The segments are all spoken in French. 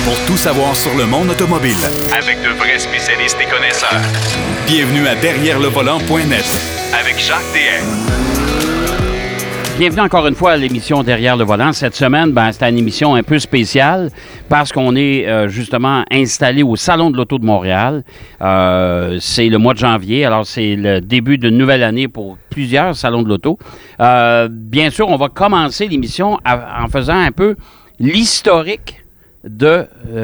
pour tout savoir sur le monde automobile. Avec de vrais spécialistes et connaisseurs. Bienvenue à DerrièreLeVolant.net avec Jacques DM. Bienvenue encore une fois à l'émission Derrière le volant. Cette semaine, c'est une émission un peu spéciale parce qu'on est justement installé au Salon de l'Auto de Montréal. C'est le mois de janvier, alors c'est le début d'une nouvelle année pour plusieurs salons de l'auto. Bien sûr, on va commencer l'émission en faisant un peu l'historique du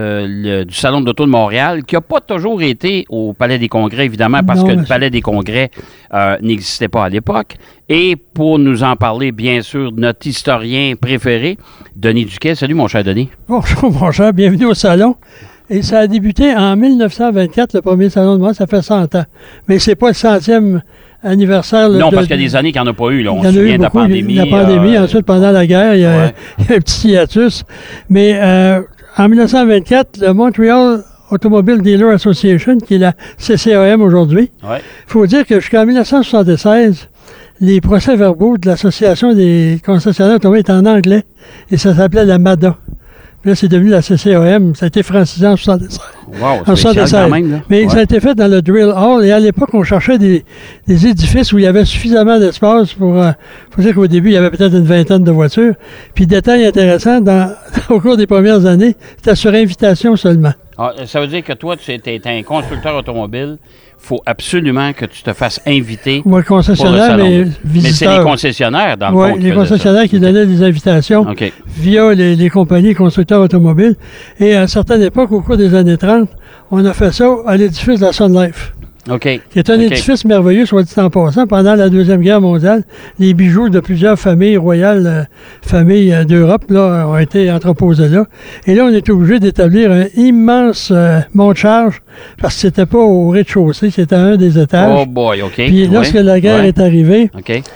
Salon de l'Auto de Montréal, qui n'a pas toujours été au Palais des Congrès, évidemment, parce que le Palais des Congrès n'existait pas à l'époque. Et pour nous en parler, bien sûr, notre historien préféré, Denis Duquet. Salut, mon cher Denis. Bonjour, mon cher. Bienvenue au Salon. Et ça a débuté en 1924, le premier Salon de Montréal. Ça fait 100 ans. Mais c'est pas le 100e anniversaire. Non, parce qu'il y a des années qu'il n'y en a pas eu. Là. On se souvient de la pandémie. La pandémie, ensuite, pendant la guerre, il y a un petit hiatus. Mais en 1924, le Montreal Automobile Dealer Association, qui est la CCAM aujourd'hui, il faut dire que jusqu'en 1976, les procès-verbaux de l'Association des concessionnaires automobiles étaient en anglais et ça s'appelait la MADA. Puis là, c'est devenu la CCAM. Ça a été francisé en 1976. Wow, spécial quand même, là. Mais ça a été fait dans le Drill Hall. Et à l'époque, on cherchait des édifices où il y avait suffisamment d'espace pour... faut dire qu'au début, il y avait peut-être une vingtaine de voitures. Puis, détail intéressant, au cours des premières années, c'était sur invitation seulement. Ah, ça veut dire que toi, tu es un constructeur automobile. Il faut absolument que tu te fasses inviter. Oui, concessionnaire, mais visiteurs. Mais c'est les concessionnaires, dans le fond. Oui, les concessionnaires qui donnaient des invitations via les compagnies constructeurs automobiles. Et à une certaine époque, au cours des années 30, on a fait ça à l'édifice de la Sun Life. Qui est un édifice merveilleux, soit dit en passant. Pendant la Deuxième Guerre mondiale, les bijoux de plusieurs familles royales, familles d'Europe, là, ont été entreposés là. Et là, on est obligé d'établir un immense monte-charge parce que c'était pas au rez-de-chaussée, c'était à un des étages. Oh boy, OK. Puis lorsque la guerre est arrivée,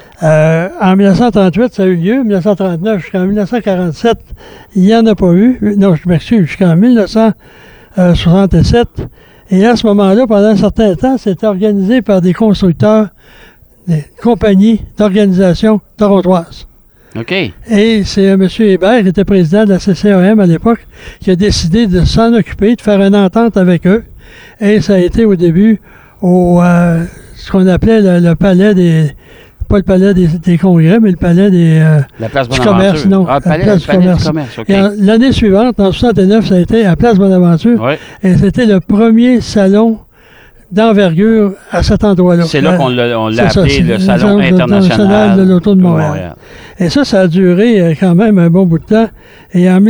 en 1938, ça a eu lieu. 1939 jusqu'en 1947, il n'y en a pas eu. Non, je m'excuse, jusqu'en 1967. Et à ce moment-là, pendant un certain temps, c'était organisé par des constructeurs, des compagnies d'organisation torontoises. OK. Et c'est M. Hébert, qui était président de la CCAM à l'époque, qui a décidé de s'en occuper, de faire une entente avec eux. Et ça a été au début ce qu'on appelait le palais des... Pas le palais des congrès, mais le palais la place du commerce. Non, le palais du commerce, OK. L'année suivante, en 1969, ça a été à Place Bonaventure. Et c'était le premier salon d'envergure à cet endroit-là. C'est là qu'on l'a appelé le Salon international de l'Auto de Montréal. Et ça a duré quand même un bon bout de temps. Et en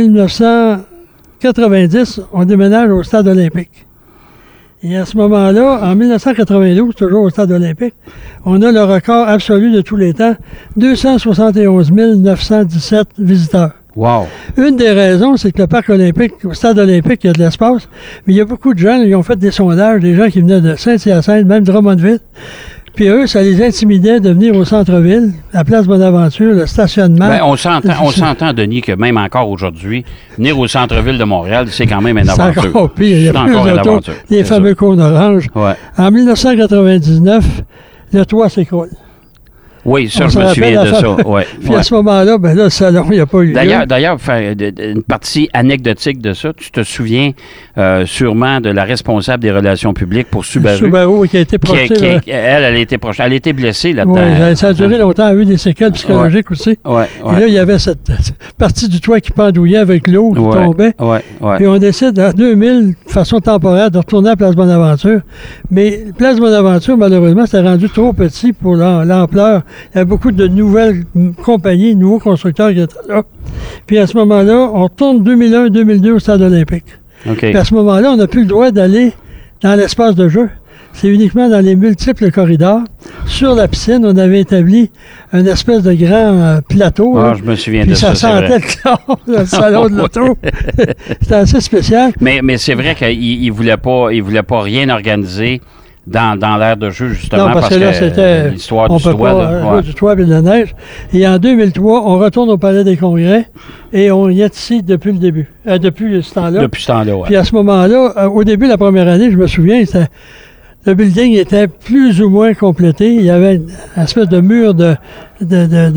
1990, on déménage au Stade olympique. Et à ce moment-là, en 1992, toujours au Stade olympique, on a le record absolu de tous les temps, 271 917 visiteurs. Wow! Une des raisons, c'est que le parc olympique, au Stade olympique, il y a de l'espace, mais il y a beaucoup de gens, ils ont fait des sondages, des gens qui venaient de Saint-Hyacinthe, même de Drummondville. Puis eux, ça les intimidait de venir au centre-ville, à Place Bonaventure, le stationnement. On s'entend, Denis, que même encore aujourd'hui, venir au centre-ville de Montréal, c'est quand même une aventure. C'est encore pire. Il y a plus d'autos, les fameux cônes oranges. En 1999, le toit s'écroule. Oui, ça, je me souviens de ça. Puis à ce moment-là, le salon, il n'y a pas eu lieu. D'ailleurs, une partie anecdotique de ça, tu te souviens sûrement de la responsable des relations publiques pour Subaru. Subaru, qui a été projetée. Elle a été projetée. Elle a été blessée là-dedans. Oui, ça a duré longtemps. Elle a eu des séquelles psychologiques aussi. Et là, il y avait cette partie du toit qui pendouillait avec l'eau qui tombait. Puis on décide, en 2000, de façon temporaire, de retourner à Place Bonaventure. Mais Place Bonaventure, malheureusement, c'était rendu trop petit pour l'ampleur. Il y a beaucoup de nouvelles compagnies, nouveaux constructeurs qui étaient là. Puis à ce moment-là, on retourne 2001-2002 au Stade olympique. Puis à ce moment-là, on n'a plus le droit d'aller dans l'espace de jeu. C'est uniquement dans les multiples corridors. Sur la piscine, on avait établi une espèce de grand plateau. Je me souviien de ça. Puis ça sentait le salon de l'auto. C'était assez spécial. Mais c'est vrai qu'il ne voulait pas rien organiser dans l'aire de jeu, justement, non, parce que là, c'était l'histoire du toit. Du toit et de la neige. Et en 2003, on retourne au Palais des Congrès et on y est ici depuis le début, depuis ce temps-là. Depuis ce temps-là, oui. Puis à ce moment-là, au début de la première année, je me souviens, le building était plus ou moins complété. Il y avait une espèce de mur de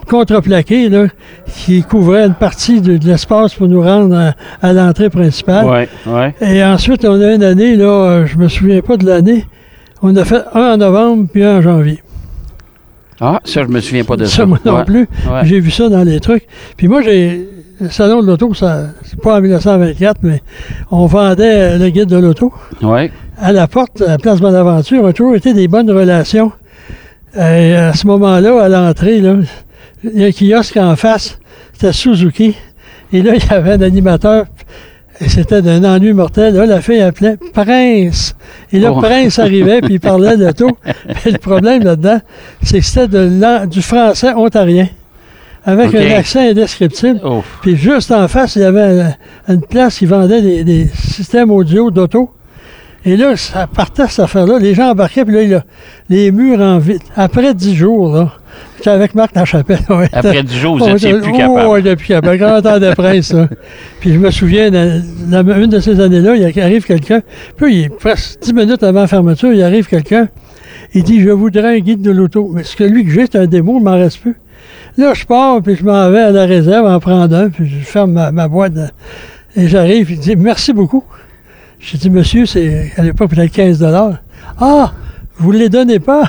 contreplaqué là, qui couvrait une partie de l'espace pour nous rendre à l'entrée principale. Ouais. Et ensuite, on a une année, là, je me souviens pas de l'année, on a fait un en novembre puis un en janvier. Ah, ça, je me souviens pas de ça. Ça, moi non plus. Ouais. J'ai vu ça dans les trucs. Puis moi, le salon de l'auto, c'est pas en 1924, mais on vendait le guide de l'auto. Oui. À la porte, à la Place Bonaventure, a toujours été des bonnes relations. Et à ce moment-là, à l'entrée, là, il y a un kiosque en face, c'était Suzuki. Et là, il y avait un animateur, et c'était d'un ennui mortel. Là, la fille appelait Prince. Et là, Prince arrivait, puis il parlait d'auto. Mais le problème là-dedans, c'est que c'était du français ontarien, avec un accent indescriptible. Puis juste en face, il y avait une place qui vendait des systèmes audio d'auto. Et là, ça partait cette affaire-là. Les gens embarquaient, puis là, les murs en vide. Après 10 jours, là, j'étais avec Marc Lachapelle. Après 10 jours, vous n'étiez plus capable. Oui, j'étais plus capable. Grand temps de presse, là. Puis je me souviens, une de ces années-là, il arrive quelqu'un, puis presque 10 minutes avant la fermeture, il arrive quelqu'un, il dit « Je voudrais un guide de l'auto. » Mais ce que lui que j'ai, c'est un démo, il m'en reste plus. Là, je pars, puis je m'en vais à la réserve en prendre un, puis je ferme ma boîte. Et j'arrive, il dit « Merci beaucoup. » J'ai dit, monsieur, c'est à l'époque peut-être 15 $. Ah, vous ne les donnez pas?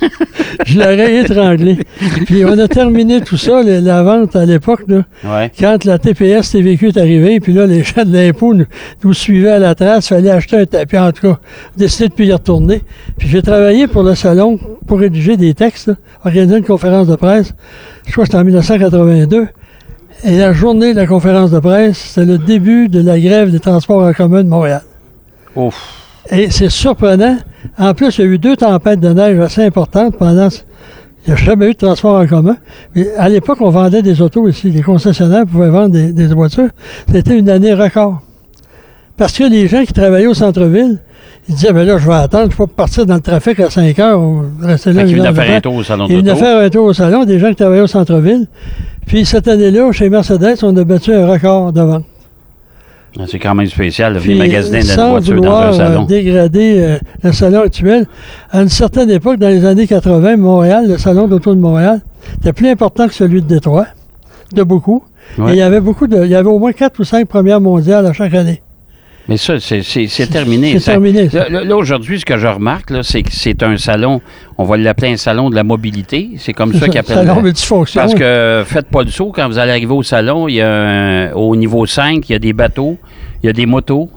Je l'aurais étranglé. Puis on a terminé tout ça, la vente à l'époque, là, quand la TPS TVQ est arrivée, puis là, les gens de l'impôt nous suivaient à la trace, il fallait acheter un tapis, en tout cas, décidé de plus y retourner. Puis j'ai travaillé pour le salon pour rédiger des textes, là, organiser une conférence de presse. Je crois que c'était en 1982. Et la journée de la conférence de presse, c'était le début de la grève des transports en commun de Montréal. Ouf. Et c'est surprenant. En plus, il y a eu 2 tempêtes de neige assez importantes pendant... Il n'y a jamais eu de transport en commun. Mais à l'époque, on vendait des autos ici. Les concessionnaires pouvaient vendre des voitures. C'était une année record. Parce que les gens qui travaillaient au centre-ville, ils disaient, ben là, je vais attendre, je ne peux pas partir dans le trafic à 5 heures. Rester là. Ils venaient faire un tour au salon de l'auto. Ils venaient faire un tour au salon, des gens qui travaillaient au centre-ville. Puis cette année-là, chez Mercedes, on a battu un record de vente. C'est quand même spécial de venir magasiner une voiture dans un salon. Dégrader le salon actuel. À une certaine époque, dans les années 80, Montréal, le salon d'auto de Montréal, était plus important que celui de Détroit, de beaucoup. Ouais. Et il y avait il y avait au moins 4 ou 5 premières mondiales à chaque année. Mais ça, c'est terminé. C'est terminé. Là, aujourd'hui, ce que je remarque, là, c'est que c'est un salon, on va l'appeler un salon de la mobilité. C'est comme ça qu'ils appellent. Salon multifonction. Parce que faites pas le saut, quand vous allez arriver au salon, il y a au niveau 5, il y a des bateaux, il y a des motos,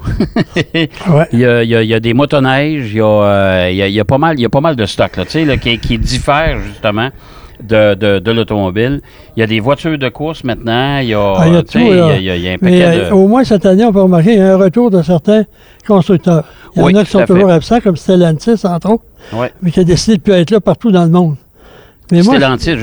il y a des motoneiges, il y a pas mal de stock là, tu sais, là, qui diffèrent justement de l'automobile. Il y a des voitures de course maintenant. Il y a tout. Il y a un paquet au moins cette année, on peut remarquer qu'il y a un retour de certains constructeurs. Il y en a qui sont toujours absents, comme Stellantis, entre autres, mais qui a décidé de ne plus être là partout dans le monde. Mais Stellantis,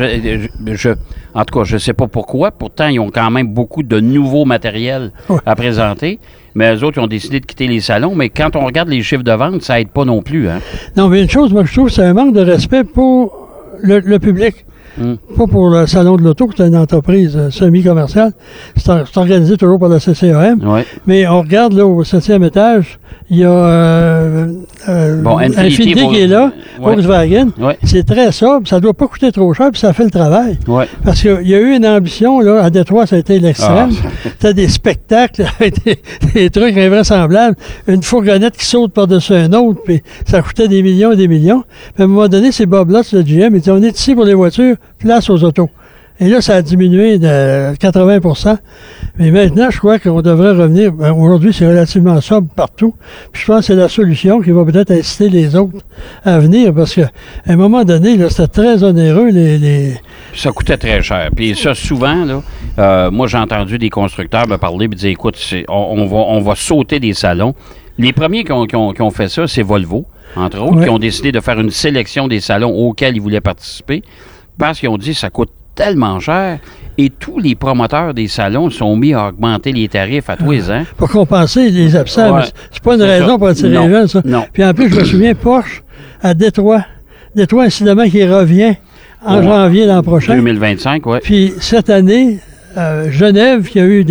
en tout cas, je ne sais pas pourquoi. Pourtant, ils ont quand même beaucoup de nouveaux matériels à présenter. Mais eux autres, ils ont décidé de quitter les salons. Mais quand on regarde les chiffres de vente, ça n'aide pas non plus. Hein? Non, mais une chose, moi, je trouve, c'est un manque de respect pour le public. Pas pour le salon de l'auto, c'est une entreprise semi-commerciale. C'est organisé toujours par la CCAM. Mais on regarde là au 7e étage, il y a Infiniti qui est là, Volkswagen. C'est très sobre, ça ne doit pas coûter trop cher, puis ça fait le travail. Parce qu'il y a eu une ambition, là, à Détroit, ça a été l'extrême. C'était des spectacles, des trucs invraisemblables. Une fourgonnette qui saute par-dessus un autre, puis ça coûtait des millions et des millions. Puis à un moment donné, c'est Bob Lutz, le GM, il dit, on est ici pour les voitures, place aux autos. Et là, ça a diminué de 80 %. Mais maintenant, je crois qu'on devrait revenir. Aujourd'hui, c'est relativement sobre partout. Puis je pense que c'est la solution qui va peut-être inciter les autres à venir. Parce qu'à un moment donné, là, c'était très onéreux. Ça coûtait très cher. Puis ça, souvent, là, moi, j'ai entendu des constructeurs me parler et dire, écoute, on va sauter des salons. Les premiers qui ont fait ça, c'est Volvo, entre autres, qui ont décidé de faire une sélection des salons auxquels ils voulaient participer. Parce qu'ils ont dit ça coûte tellement cher et tous les promoteurs des salons sont mis à augmenter les tarifs à tous les ans. Pour compenser les absents. C'est pas une raison pour attirer les gens, ça. Non. Puis en plus, je me souviens, Porsche à Détroit. Détroit, incidemment, qui revient en janvier l'an prochain. 2025, oui. Puis cette année, Genève, qui a eu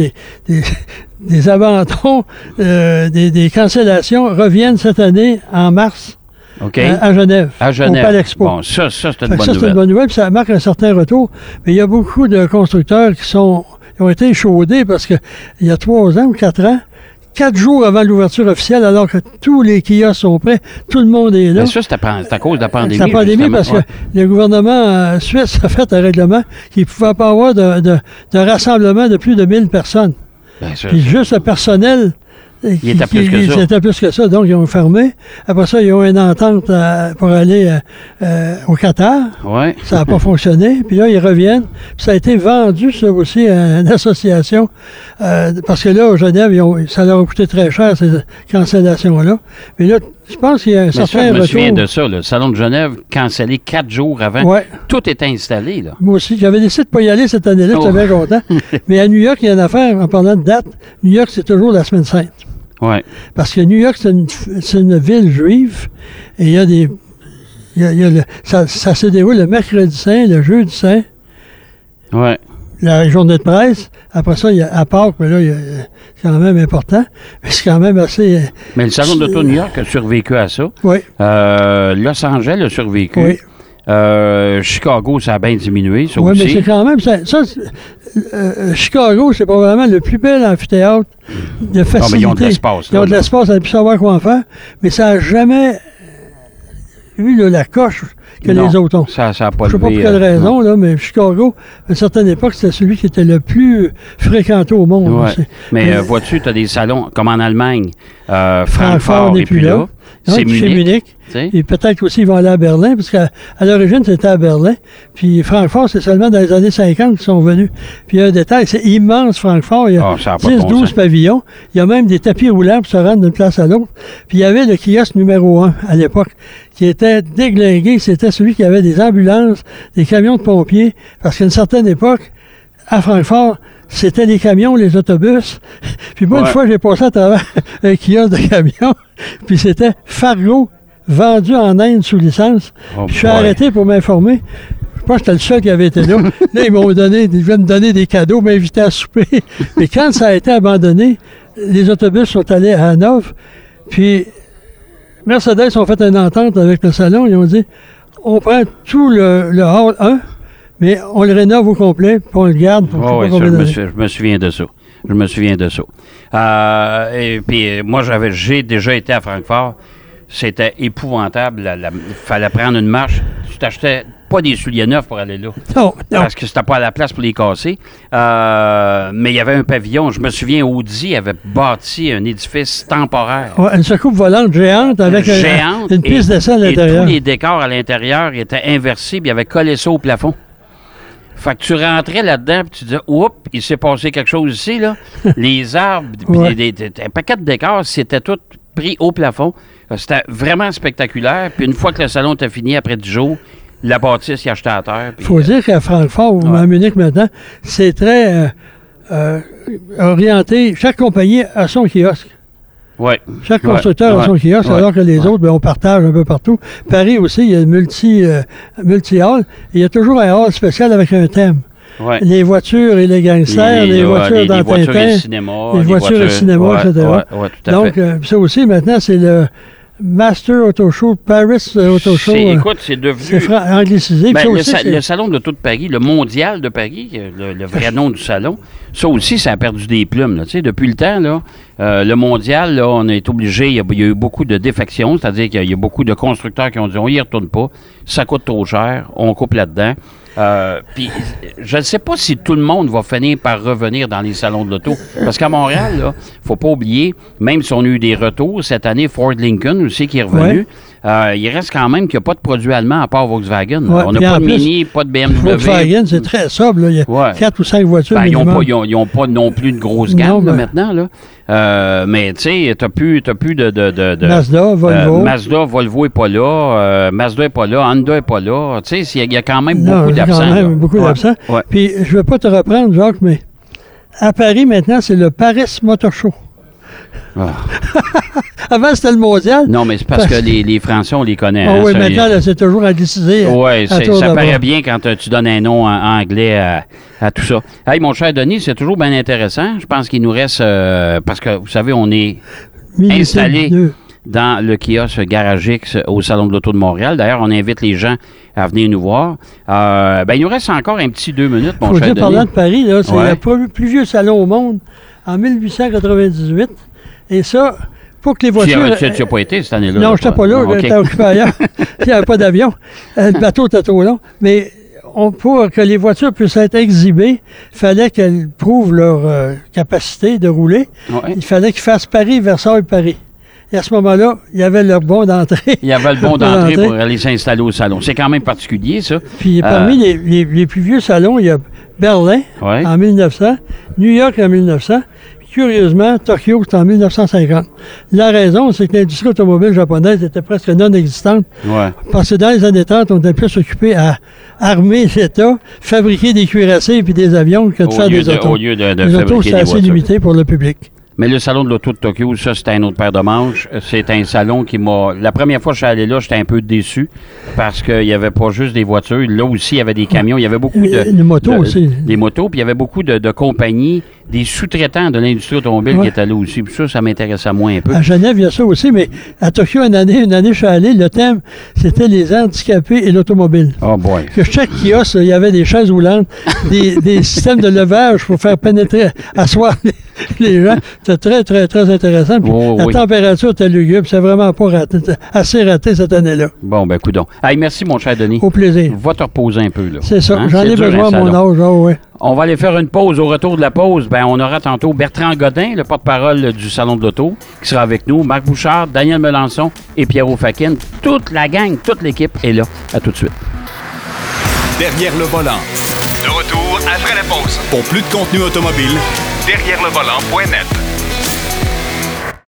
des abandons, des cancellations, reviennent cette année en mars. à Genève. À Genève. Au Palexpo. Bon, ça c'est une bonne nouvelle. Ça, c'est une bonne nouvelle, puis ça marque un certain retour. Mais il y a beaucoup de constructeurs qui ont été échaudés parce qu'il y a 3 ans ou 4 ans, 4 jours avant l'ouverture officielle, alors que tous les kiosques sont prêts, tout le monde est là. Mais ça, c'est à cause de la pandémie. C'est la pandémie parce que le gouvernement suisse a fait un règlement qu'il ne pouvait pas avoir de rassemblement de plus de 1000 personnes. Puis juste le personnel... Il était plus que ça. C'était plus que ça, donc ils ont fermé. Après ça, ils ont une entente pour aller au Qatar. Ouais. Ça n'a pas fonctionné. Puis là, ils reviennent. Puis ça a été vendu, ça aussi, à une association. Parce que là, au Genève, ça leur a coûté très cher, ces cancellations-là. Mais là, je pense qu'il y a un certain retour. Je me souviens de ça, le Salon de Genève, cancellé 4 jours avant. Ouais. Tout était installé, là. Moi aussi. J'avais décidé de ne pas y aller cette année-là, j'étais bien content. Mais à New York, il y a une affaire, en parlant de date. New York, c'est toujours la Semaine Sainte. Ouais. Parce que New York, c'est une ville juive et il y a des... ça se déroule le mercredi saint, le jeudi saint. Ouais. La journée de presse. Après ça, il y a à Pâques, mais là, c'est quand même important. Mais c'est quand même assez... Mais le Salon d'Auto New York a survécu à ça. Oui. Los Angeles a survécu. Oui. Chicago, ça a bien diminué, ça aussi. Oui, mais c'est quand même... Chicago, c'est probablement le plus bel amphithéâtre de facilité. Ah, mais ils ont de l'espace. Ils ont de l'espace, on pu savoir quoi en faire. Mais ça n'a jamais eu la coche que les autres ont. Ça a pas je ne sais pas pour quelle raison, là, mais Chicago, à une certaine époque, c'était celui qui était le plus fréquenté au monde. Ouais. Mais vois-tu, tu as des salons comme en Allemagne, Francfort n'est plus là. C'est Munich. Et peut-être aussi ils vont aller à Berlin, parce qu'à l'origine, c'était à Berlin. Puis Francfort, c'est seulement dans les années 50 qu'ils sont venus. Puis il y a un détail, c'est immense, Francfort. Il y a 10-12 pavillons. Il y a même des tapis roulants pour se rendre d'une place à l'autre. Puis il y avait le kiosque numéro 1 à l'époque, qui était déglingué. C'était celui qui avait des ambulances, des camions de pompiers. Parce qu'à une certaine époque, à Francfort, c'était les camions, les autobus. Puis moi, une fois, j'ai passé à travers un kiosque de camions, puis c'était Fargo, vendu en Inde sous licence. Je suis arrêté pour m'informer. Je pense que j'étais le seul qui avait été là. Là, ils venaient me donner des cadeaux, m'inviter à souper. Mais quand ça a été abandonné, les autobus sont allés à Hanovre, puis Mercedes ont fait une entente avec le salon. Ils ont dit, on prend tout le hall 1, mais on le rénove au complet, puis on le garde. Je me souviens de ça. Je me souviens de ça. Et puis, moi, j'ai déjà été à Francfort. C'était épouvantable. Il fallait prendre une marche. Tu t'achetais pas des souliers neufs pour aller là. Non. Parce que c'était pas à la place pour les casser. Mais il y avait un pavillon. Je me souviens, Audi avait bâti un édifice temporaire. Ouais, une soucoupe volante géante avec une piste d'essai à l'intérieur. Et tous les décors à l'intérieur étaient inversés, puis il avait collé ça au plafond. Fait que tu rentrais là-dedans, puis tu disais, oups, il s'est passé quelque chose ici, là. Les arbres, puis un paquet de décors, c'était tout pris au plafond. C'était vraiment spectaculaire. Puis une fois que le salon était fini, après 10 jours, la bâtisse y achetait à terre. Il faut dire qu'à Francfort ou à Munich maintenant, c'est très orienté. Chaque compagnie a son kiosque. Ouais. Chaque constructeur a son kiosque, alors que les autres, on partage un peu partout. Paris aussi, il y a multi-hall. Il y a toujours un hall spécial avec un thème. Ouais. Les voitures et les gangsters, les voitures dans Tintin, les voitures et cinéma, etc. Donc, ça aussi, maintenant, c'est le Master Auto Show, Paris Auto Show. Écoute, c'est devenu... C'est anglicisé. Le Salon de l'Auto de Paris, le Mondial de Paris, le vrai nom du salon, ça aussi, ça a perdu des plumes. Là. Depuis le temps, là, le Mondial, là, on est obligé, il y a eu beaucoup de défections, c'est-à-dire qu'il y a beaucoup de constructeurs qui ont dit, on y retourne pas, ça coûte trop cher, on coupe là-dedans. Puis, je ne sais pas si tout le monde va finir par revenir dans les salons de l'auto. Parce qu'à Montréal, il ne faut pas oublier, même si on a eu des retours, cette année, Ford Lincoln aussi qui est revenu, il reste quand même qu'il n'y a pas de produits allemands à part Volkswagen. Ouais, on n'a pas de Mini, pas de BMW. Volkswagen, c'est très sobre. Là. Il y a 4 ou 5 voitures. Ils n'ont pas non plus de grosse gamme maintenant. Là. Mais tu sais, tu n'as plus de Mazda, Volvo. Mazda, Volvo n'est pas là. Mazda n'est pas là. Honda n'est pas là. Tu sais, il y a quand même beaucoup d'absents. Il y a quand même beaucoup d'absents. Ouais. Puis, je ne vais pas te reprendre, Jacques, mais à Paris, maintenant, c'est le Paris Motor Show. Ah. Avant, c'était le mondial. Non, mais c'est parce que les Français, on les connaît. Ah, oui, maintenant, là, c'est toujours anglicisé. Oui, ça paraît bien quand tu donnes un nom en anglais à tout ça. Hey, mon cher Denis, c'est toujours bien intéressant. Je pense qu'il nous reste, parce que, vous savez, on est installé dans le kiosque GarageX au Salon de l'Auto de Montréal. D'ailleurs, on invite les gens à venir nous voir. Il nous reste encore un petit 2 minutes, mon cher Denis. Parlant de Paris, là, c'est le plus vieux salon au monde en 1898. Et ça, pour que les voitures... Tu n'as pas été cette année-là? Non, je n'étais pas là. J'étais occupé ailleurs. Il n'y avait pas d'avion. Le bateau était trop long. Mais pour que les voitures puissent être exhibées, il fallait qu'elles prouvent leur capacité de rouler. Ouais. Il fallait qu'ils fassent Paris, Versailles, Paris. Et à ce moment-là, il y avait le bon d'entrée. Il y avait le bon d'entrée pour aller s'installer au salon. C'est quand même particulier, ça. Puis parmi les plus vieux salons, il y a Berlin en 1900, New York en 1900. Curieusement, Tokyo, c'est en 1950. La raison, c'est que l'industrie automobile japonaise était presque non existante. Ouais. Parce que dans les années 30, on était plus occupé à armer l'État, fabriquer des cuirassés et des avions que de faire des autos. Au lieu de les autos, c'est assez limité pour le public. Mais le salon de l'auto de Tokyo, ça, c'était un autre paire de manches. C'est un salon qui m'a... La première fois que je suis allé là, j'étais un peu déçu parce qu'il n'y avait pas juste des voitures. Là aussi, il y avait des camions. Il y avait beaucoup de... Des motos aussi. Des motos. Puis il y avait beaucoup de compagnies, des sous-traitants de l'industrie automobile qui étaient là aussi. Puis ça m'intéressait moins un peu. À Genève, il y a ça aussi. Mais à Tokyo, une année, je suis allé, le thème, c'était les handicapés et l'automobile. Oh boy. Que chaque kiosque, il y avait des chaises roulantes, des systèmes de levage pour faire pénétrer, asseoir les gens. C'était très, très, très intéressant. La température était lugubre. C'est vraiment pas assez raté cette année-là. Bon, ben, coudonc. Hey, merci, mon cher Denis. Au plaisir. Va te reposer un peu, là. C'est ça. J'en ai besoin à mon âge. Oh, On va aller faire une pause. Au retour de la pause, on aura tantôt Bertrand Godin, le porte-parole du Salon de l'Auto, qui sera avec nous. Marc Bouchard, Daniel Melançon et Pierrot Fakin. Toute la gang, toute l'équipe est là. À tout de suite. Derrière le volant. De retour après la pause. Pour plus de contenu automobile, derrière le volant.net.